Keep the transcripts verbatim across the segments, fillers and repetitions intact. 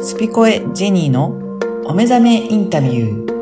スピコエジェニーのお目覚めインタビュー。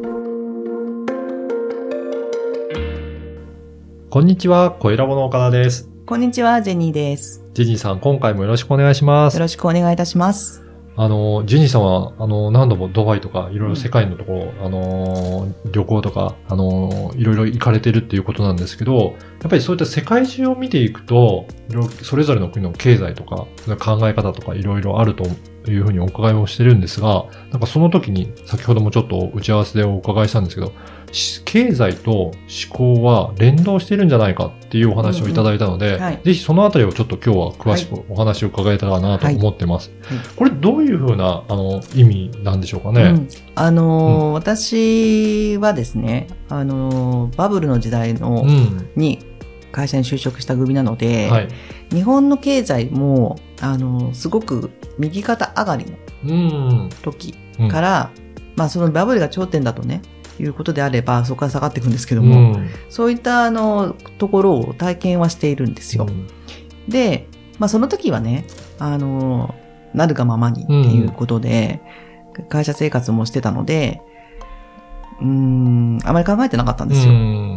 こんにちは、声ラボの岡田です。 こんにちは、ジェニーです。 ジェニーさん、今回もよろしくお願いします。 よろしくお願いいたします。 あの、ジェニーさんは、あの、何度もドバイとか、いろいろ世界のところ、あの、旅行とか、あの、いろいろ行かれてるっていうことなんですけど、やっぱりそういった世界中を見ていくと、それぞれの国の経済とか、考え方とかいろいろあるというふうにお伺いをしてるんですが、なんかその時に、先ほどもちょっと打ち合わせでお伺いしたんですけど、経済と思考は連動しているんじゃないかっていうお話をいただいたので、うんうんはい、ぜひそのあたりをちょっと今日は詳しくお話を伺えたらなと思ってます。はいはい、これどういうふうなあの意味なんでしょうかね。うん、 あのーうん、私はですね、あのー、バブルの時代の、うん、に会社に就職した組なので、はい、日本の経済もあのー、すごく右肩上がりの時から、うんうん、まあそのバブルが頂点だとね。いうことであればそこから下がっていくんですけども、うん、そういったあのところを体験はしているんですよ。うん、で、まあその時はね、あのなるがままにっていうことで、うん、会社生活もしてたので、うーんあまり考えてなかったんですよ。うん、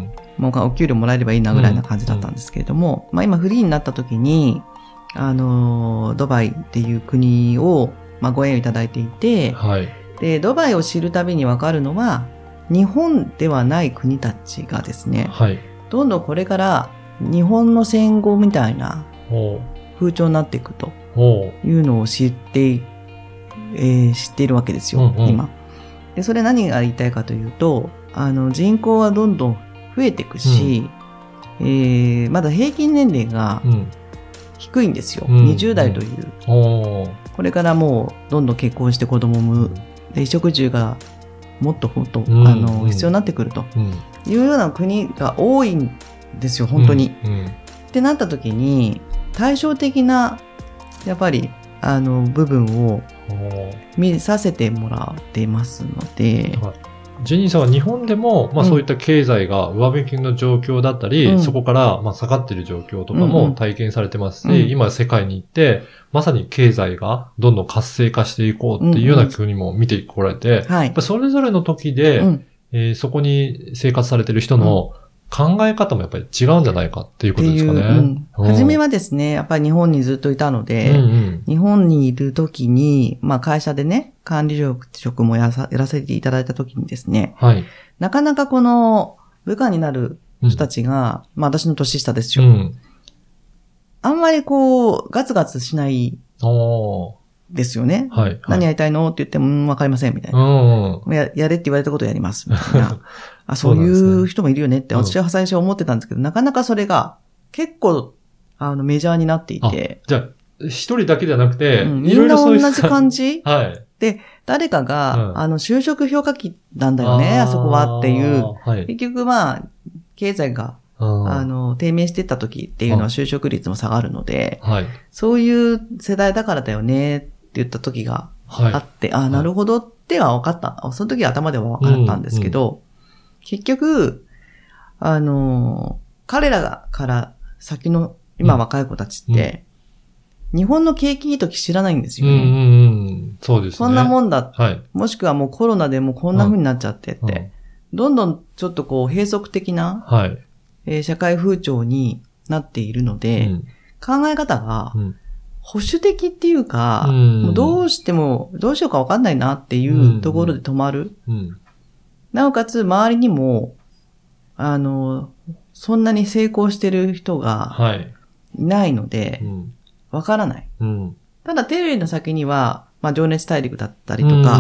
もうお給料もらえればいいなぐらいな感じだったんですけれども、うん、まあ今フリーになった時にあのドバイっていう国をまあご縁いただいていて、はい、でドバイを知るたびにわかるのは。日本ではない国たちがですね、はい、どんどんこれから日本の戦後みたいな風潮になっていくというのを知って、えー、知っているわけですよ、うんうん、今で。それ何が言いたいかというと、あの人口はどんどん増えていくし、うんえー、まだ平均年齢が低いんですよ、うん、にじゅう代という、うん、これからもうどんどん結婚して子供を産むで衣食住がもっともっと、うん、あの必要になってくるというような国が多いんですよ本当に、うんうん、ってなった時に対照的なやっぱりあの部分を見させてもらっていますので、はい、 ジェニーさんは日本でも、まあ、そういった経済が上向きの状況だったり、うん、そこからまあ下がっている状況とかも体験されてますし、うんうん、今世界に行ってまさに経済がどんどん活性化していこうっていうような国も見てこられて、うんうんはい、それぞれの時で、うんえー、そこに生活されている人の考え方もやっぱり違うんじゃないかっていうことですかね。 うんうん、初めはですね、やっぱり日本にずっといたので、うんうん、日本にいる時に、まあ会社でね、管理職もやら, やらせていただいた時にですね、はい、なかなかこの部下になる人たちが、うん、まあ私の年下ですよ。うんあんまりこう、ガツガツしないですよね。はいはい、何やりたいのって言っても、うん、わかりません、みたいな。や, やれって言われたことをやります、みたいな。あ、そういう人もいるよねって、私は最初思ってたんですけど、うん、なかなかそれが結構、あの、メジャーになっていて。 じゃあ、一人だけじゃなくて、 うん、みんな同じ感じはい。で、誰かが、うん、あの、就職評価期なんだよね、あ, あそこはっていう。はい、結局まあ、経済が、あの、低迷していった時っていうのは就職率も下がるので、はい、そういう世代だからだよねって言った時があって、はい、あ、なるほどっては分かった。その時は頭では分かったんですけど、うんうん、結局、あの、彼らから先の今若い子たちって、うん、日本の景気いい時知らないんですよね。うんうんうん、そうですね。こんなもんだ、はい。もしくはもうコロナでもうこんな風になっちゃってって、うんうん、どんどんちょっとこう閉塞的な、はいえー、社会風潮になっているので、うん、考え方が保守的っていうか、うん、もうどうしてもどうしようか分かんないなっていうところで止まる。うんうん、なおかつ周りにもあのそんなに成功してる人がいないので、分からない。うん、ただテレビの先には、まあ、情熱大陸だったりとか、うん、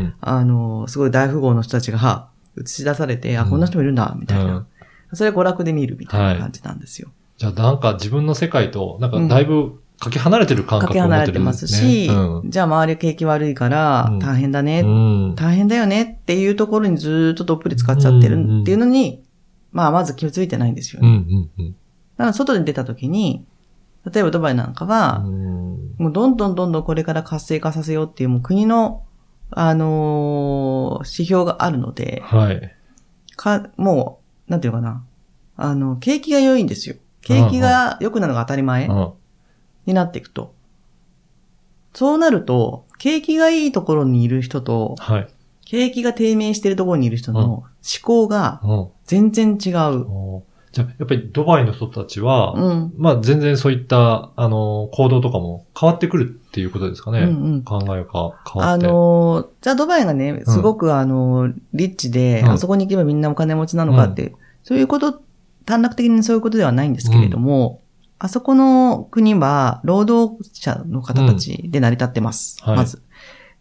あのすごい大富豪の人たちが映し出されて、あこんな人もいるんだみたいな。うんそれ娯楽で見るみたいな感じなんですよ。はい、じゃあなんか自分の世界と、なんかだいぶかけ離れてる感覚を持ってるんですね。かけ離れてますし、うん、じゃあ周り景気悪いから大変だね、うん、大変だよねっていうところにずっとどっぷり使っちゃってるっていうのに、うんうん、まあまず気をついてないんですよね。うんうんうん、だから外に出た時に、例えばドバイなんかは、うん、もうどんどんどんどんこれから活性化させようっていうもう国の、あのー、指標があるので、はい、かもう、なんていうかな。あの、景気が良いんですよ。景気が良くなるのが当たり前になっていくと。そうなると、 景気がいいところにいる人と、はい、景気が低迷しているところにいる人の思考が全然違う。 うんうん、じゃあ、やっぱりドバイの人たちは、うん、まあ全然そういった、あの、行動とかも変わってくるっていうことですかね。うんうん、考えが変わって。 あの、じゃあドバイがね、すごく、うん、あの、リッチで、うん、あそこに行けばみんなお金持ちなのかって、うん、そういうこと、短絡的にそういうことではないんですけれども、うん、あそこの国は労働者の方たちで成り立ってます。うん、まず。はい、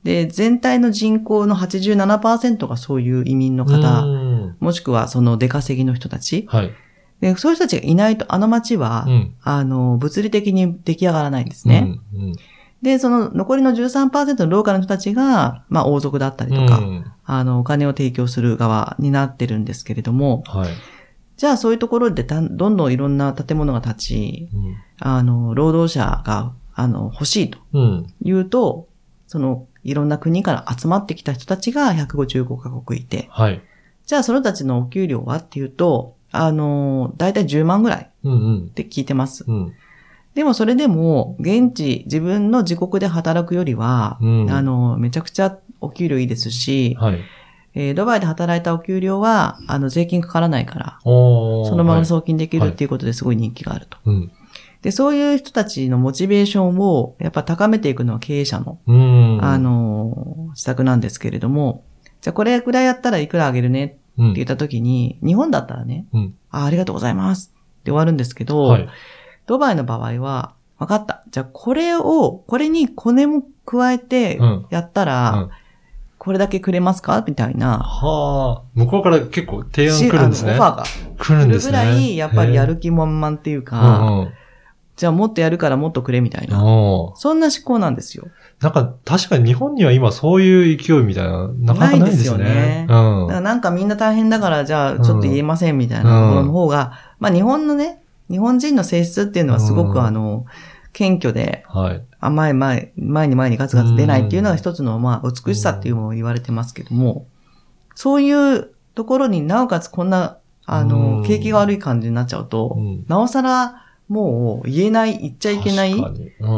で、全体の人口の はちじゅうななパーセント がそういう移民の方、もしくはその出稼ぎの人たち。はい、で、そういう人たちがいないと、あの街は、うん、あの、物理的に出来上がらないんですね。うんうん、で、その残りの じゅうさんパーセント のローカルの人たちが、まあ王族だったりとか、うん、あの、お金を提供する側になってるんですけれども、はい、じゃあそういうところでどんどんいろんな建物が建ち、うん、あの、労働者が、あの、欲しいというと、うん、その、いろんな国から集まってきた人たちがひゃくごじゅうごカ国いて、はい、じゃあその人たちのお給料はっていうと、あの、だいたいじゅうまんぐらいって聞いてます。うんうん、でもそれでも、現地、自分の自国で働くよりは、うん、あの、めちゃくちゃお給料いいですし、はい、えー、ドバイで働いたお給料は、あの、税金かからないから、そのまま送金できるっていうことですごい人気があると。はいはい、うん、で、そういう人たちのモチベーションを、やっぱ高めていくのは経営者の、うん、あの、施策なんですけれども、じゃあこれくらいやったらいくらあげるねって言ったときに、うん、日本だったらね、うん、あ、ありがとうございますって終わるんですけど、はい、ドバイの場合は、わかった。じゃあこれを、これにコネも加えてやったら、うんうん、これだけくれますかみたいな。 はあ。向こうから結構提案来るんですね。 オファーが。 来るんですね。 来るぐらい、やっぱりやる気満々っていうか、うんうん、じゃあもっとやるからもっとくれみたいな。そんな思考なんですよ。 なんか確かに日本には今そういう勢いみたいな、なかなかないですよね。ないですよね。 うん。だからなんかみんな大変だからじゃあちょっと言えませんみたいなところの方が、うん、まあ日本のね、日本人の性質っていうのはすごくあの、謙虚で、はい、甘い前、前に前にガツガツ出ないっていうのが一つのまあ美しさっていうのも言われてますけども、そういうところになおかつこんな、あの、景気が悪い感じになっちゃうと、なおさらもう言えない、言っちゃいけない、うん、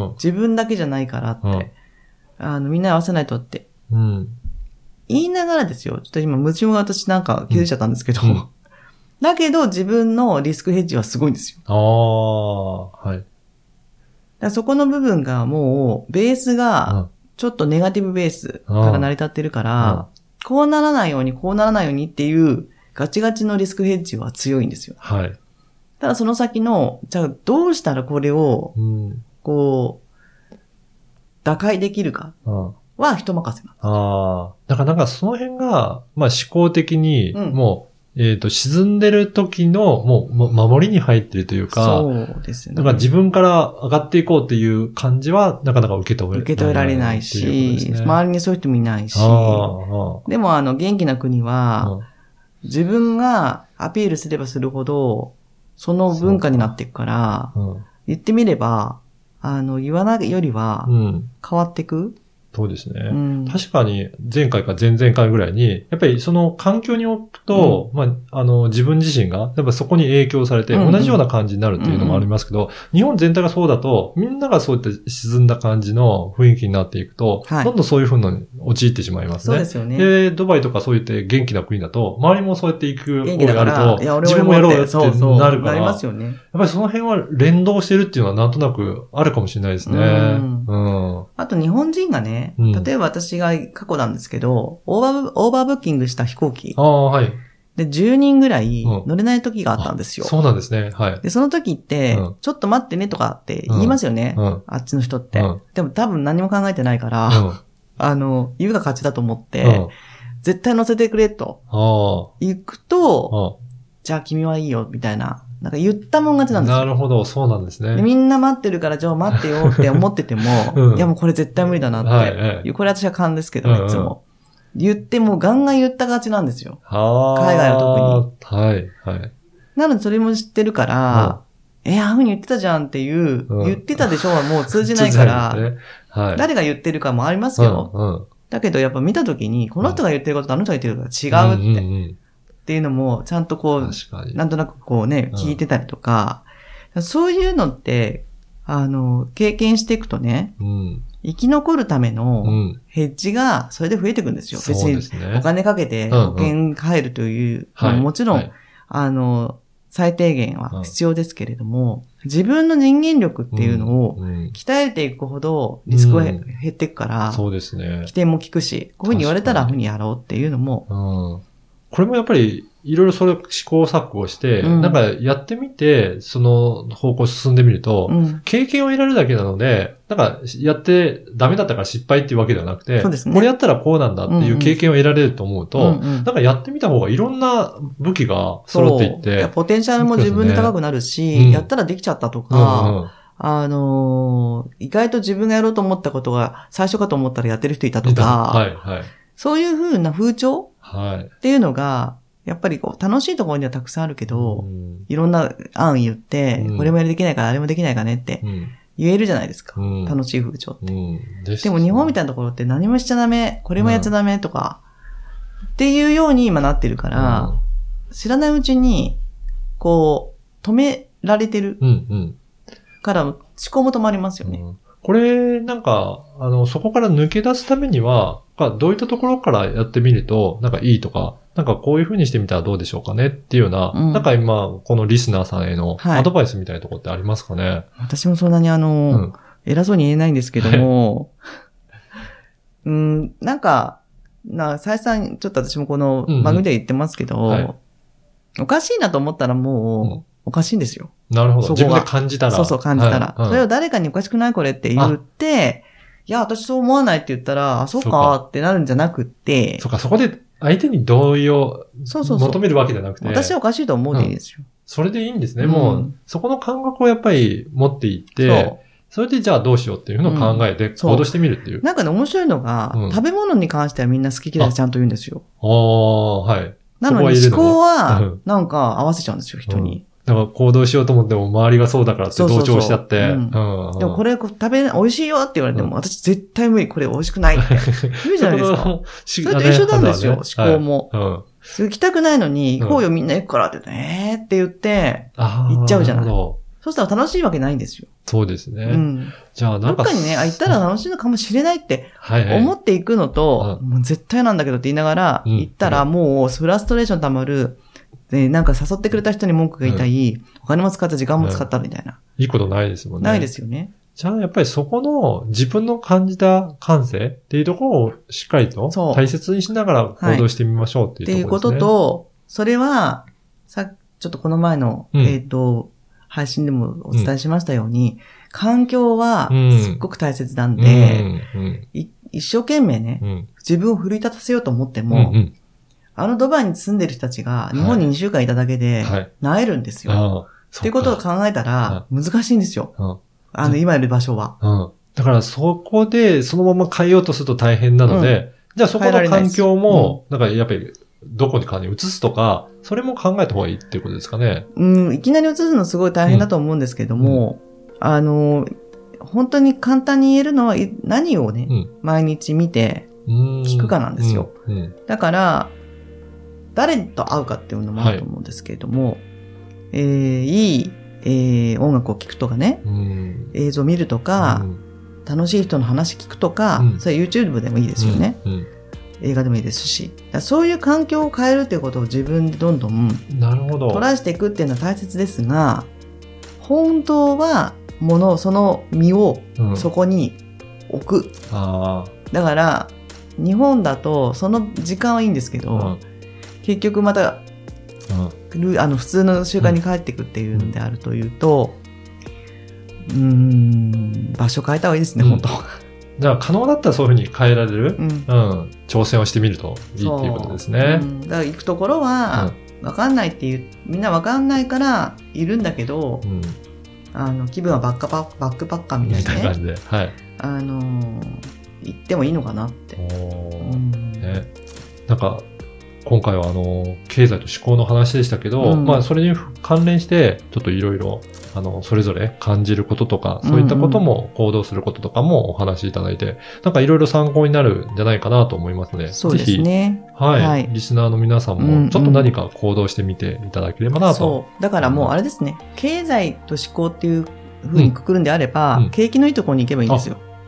自分だけじゃないからって、うん、あの、みんな合わせないとって、うん、言いながらですよ。ちょっと今、矛盾が私なんか気づいちゃったんですけど、うん、だけど自分のリスクヘッジはすごいんですよ。 ああ、はい。 だそこの部分がもう、ベースが、ちょっとネガティブベースから成り立ってるから、こうならないように、こうならないようにっていう、ガチガチのリスクヘッジは強いんですよ。はい。ただその先の、じゃあどうしたらこれを、こう、打開できるかは人任せなんです。 ああ。だからなんかその辺が、まあ思考的に、もう、えっと、沈んでる時の、もう、守りに入ってるというか、 そうですね。 だから自分から上がっていこうっていう感じは、なかなか受け止められない。 受け止められないし、ね、周りにそういう人もいないし、でもあの、元気な国は、自分がアピールすればするほど、その文化になっていくから、うん、言ってみれば、あの、言わないよりは、変わっていく、うん、 そうですね、うん。確かに、前回か前々回ぐらいに、やっぱりその環境に置くと、うん、まあ、あの、自分自身が、やっぱそこに影響されて、同じような感じになるっていうのもありますけど、うんうん、日本全体がそうだと、みんながそういった沈んだ感じの雰囲気になっていくと、はい、どんどんそういう風に陥ってしまいますね。 そうですよね。 で、ドバイとかそういって元気な国だと、周りもそうやっていく方があると、自分もやろうよってなるから、そうそうなりますよね。やっぱりその辺は連動してるっていうのはなんとなくあるかもしれないですね。うん。うん、あと日本人がね、例えば私、私が過去なんですけど、オーバー、オーバーブッキングした飛行機。 ああ、はい。 で、じゅうにんぐらい乗れない時があったんですよ。 うん、そうなんですね。はい。 で、その時って、うん、ちょっと待ってねとかって言いますよね。うん、あっちの人って、うん。でも多分何も考えてないから、うん、あの、言うが勝ちだと思って、うん、絶対乗せてくれと。行くと、じゃあ君はいいよ、みたいな。なんか言ったもん勝ちなんですよ。 なるほど、そうなんですね。 みんな待ってるからじゃあ待ってよって思ってても、うん、いやもうこれ絶対無理だなって。はいはい、これ私は勘ですけど、ね、いつも。うんうん、言ってもガンガン言った勝ちなんですよ。海外は特に。はい、はい。 なのでそれも知ってるから、うん、え、ああいう風に言ってたじゃんっていう、うん、言ってたでしょはもう通じないから、ねはい、誰が言ってるかもありますよ。うんうん、だけどやっぱ見たときに、この人が言ってることとあの人が言ってることが違うって。うんうんうんっていうのも、ちゃんとこう、なんとなくこうね、聞いてたりとか、うん、そういうのって、あの、経験していくとね、うん、 生き残るためのヘッジがそれで増えていくんですよ。うん、別にお金かけて保険入るというのももちろん、はいはい、あの、最低限は必要ですけれども、うん、自分の人間力っていうのを鍛えていくほどリスクは減っていくから、うん、 そうですね。 起点も効くし、こういうふうに言われたらふうにやろうっていうのも、 うん、これもやっぱりいろいろそれを試行錯誤して、うん、なんかやってみて、その方向進んでみると、うん、経験を得られるだけなので、なんかやってダメだったから失敗っていうわけではなくて、そうですね、これやったらこうなんだっていう経験を得られると思うと、うんうん、なんかやってみた方がいろんな武器が揃っていって。 ポテンシャルも自分で高くなるし、ね、やったらできちゃったとか、うんうん、あのー、意外と自分がやろうと思ったことが最初かと思ったらやってる人いたとか、はいはい、そういう風な風潮、はい、っていうのが、やっぱりこう楽しいところにはたくさんあるけど、うん、いろんな案言って、うん、これもできないからあれもできないかねって言えるじゃないですか。うん、楽しい風潮って、うんで。でも日本みたいなところって何もしちゃダメ、これもやっちゃダメとか、うん、っていうように今なってるから、うん、知らないうちに、こう、止められてるから思考も止まりますよね。うん、 これ、なんか、あの、そこから抜け出すためには、どういったところからやってみると、なんかいいとか、なんかこういう風にしてみたらどうでしょうかねっていうような、うん、なんか今、このリスナーさんへのアドバイスみたいなところってありますかね、はい、 私もそんなにあの、うん、偉そうに言えないんですけども、うん、なんか、な、再三、ちょっと私もこの番組で言ってますけど、うんうんはい、おかしいなと思ったらもう、うん、おかしいんですよ。 なるほど。自分で感じたら。 そうそう、感じたら、はい。それを誰かにおかしくないこれって言って、いや、私そう思わないって言ったら、あ、そうかってなるんじゃなくって、 そうか、そこで相手に同意を求めるわけじゃなくて。 そうそうそう私はおかしいと思うでいいですよ、うん。 それでいいんですね。うん、もう、そこの感覚をやっぱり持っていって、そうそれでじゃあどうしようっていうのを考えて行動してみるっていう。うん、 なんかね、面白いのが、うん、食べ物に関してはみんな好き嫌いちゃんと言うんですよ。 ああ、はい。 なのに思考は、なんか合わせちゃうんですよ、人に。 うんだから行動しようと思っても周りがそうだからって同調しちゃって。でもこれ食べ、美味しいよって言われても、うん、私絶対無理、これ美味しくないって言うじゃないですか。それと一緒なんですよ、ね、思考も。はいうん、行きたくないのに、行こうよみんな行くからって言って、えーって言って、行っちゃうじゃない。そうしたら楽しいわけないんですよ。 そうですね。うん、じゃあなんか。 どっかにね、あ、行ったら楽しいのかもしれないって思っていくのと、はいはい、もう絶対なんだけどって言いながら、行ったらもうフラストレーション溜まる、で、なんか誘ってくれた人に文句が言いたい、うん、お金も使った時間も使ったみたいな、 うん。いいことないですもんね。 ないですよね。 じゃあやっぱりそこの自分の感じた感性っていうところをしっかりと大切にしながら行動してみましょうっていうところですね。はい、っていうことと、それは、さ、ちょっとこの前の、うん、えっと、配信でもお伝えしましたように、うん、環境はすっごく大切なんで、うんうん、一生懸命ね、うん、自分を奮い立たせようと思っても、うんうんあのドバイに住んでる人たちが日本ににしゅうかんいただけで、萎えるんですよ。はいはい、っていうことを考えたら、難しいんですよ。うん、あの、今いる場所は、うん。だからそこでそのまま変えようとすると大変なので、うん、じゃあそこの環境も、なんかやっぱりどこにかに移すとか、それも考えた方がいいっていうことですかね。 うん、いきなり移すのすごい大変だと思うんですけども、うん、あの、本当に簡単に言えるのは何をね、うん、毎日見て聞くかなんですよ。うんうん、だから、誰と会うかっていうのもあると思うんですけれども、はい、えー、いい、えー、音楽を聴くとかね、うん、映像を見るとか、うん、楽しい人の話聞くとか、うん、それ YouTube でもいいですよね。うんうん、映画でもいいですし、そういう環境を変えるっていうことを自分でどんどんトライしていくっていうのは大切ですが、本当はもの、その身をそこに置く。うん、あだから、日本だとその時間はいいんですけど、うん結局また、うん、あの普通の習慣に帰っていくっていうのであるというと、うん、うーん場所変えた方がいいですね、うん、本当。 じゃあ可能だったらそういうふうに変えられる、うんうん、挑戦をしてみるといいっていうことですね。 うん、だから行くところは、分かんないっていう、みんな分かんないからいるんだけど、うん、あの気分はバックパッバックパッカーみたいなね。みたいな感じで、はい。あの行ってもいいのかなって。おうんね、なんか今回はあの経済と思考の話でしたけど、うん、まあそれに関連してちょっといろいろあのそれぞれ感じることとかそういったことも行動することとかもお話しいただいて、うんうん、なんかいろいろ参考になるんじゃないかなと思いますので、 そうですね。 ぜひ、はい、はい、リスナーの皆さんもちょっと何か行動してみていただければなと。 うんうん、そう。だからもうあれですね。経済と思考っていう風にくくるんであれば、うんうん、景気のいいところに行けばいいんですよ。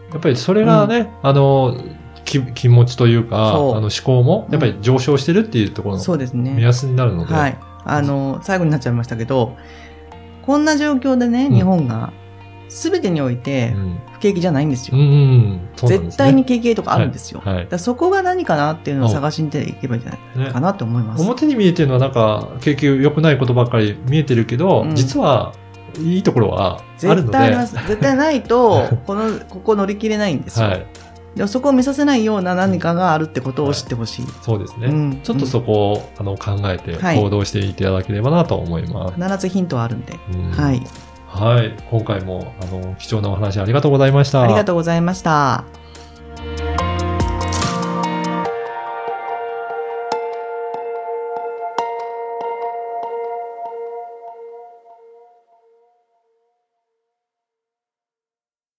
やっぱりそれがね、うん、あの、気, 気持ちというか、あの思考も、やっぱり上昇してるっていうところの目安になるので。 うん、はい。あの、最後になっちゃいましたけど、こんな状況でね、日本が、全てにおいて、不景気じゃないんですよ。うんうんうんそうなんですね、絶対に景気とかあるんですよ。はいはい、だそこが何かなっていうのを探しに行けばいいんじゃないかなと思います。 ね、表に見えてるのはなんか、景気良くないことばっかり見えてるけど、うん、実はいいところはあるので。 絶対あります。絶対ないと、この、ここ乗り切れないんですよ。はいでそこを見させないような何かがあるってことを知ってほしい、はい、 そうですね、うん、ちょっとそこを、うん、あの考えて行動していただければなと思います、 はい、必ずヒントはあるんで、うん、はい、 はい、今回もあの貴重なお話ありがとうございました。 ありがとうございました。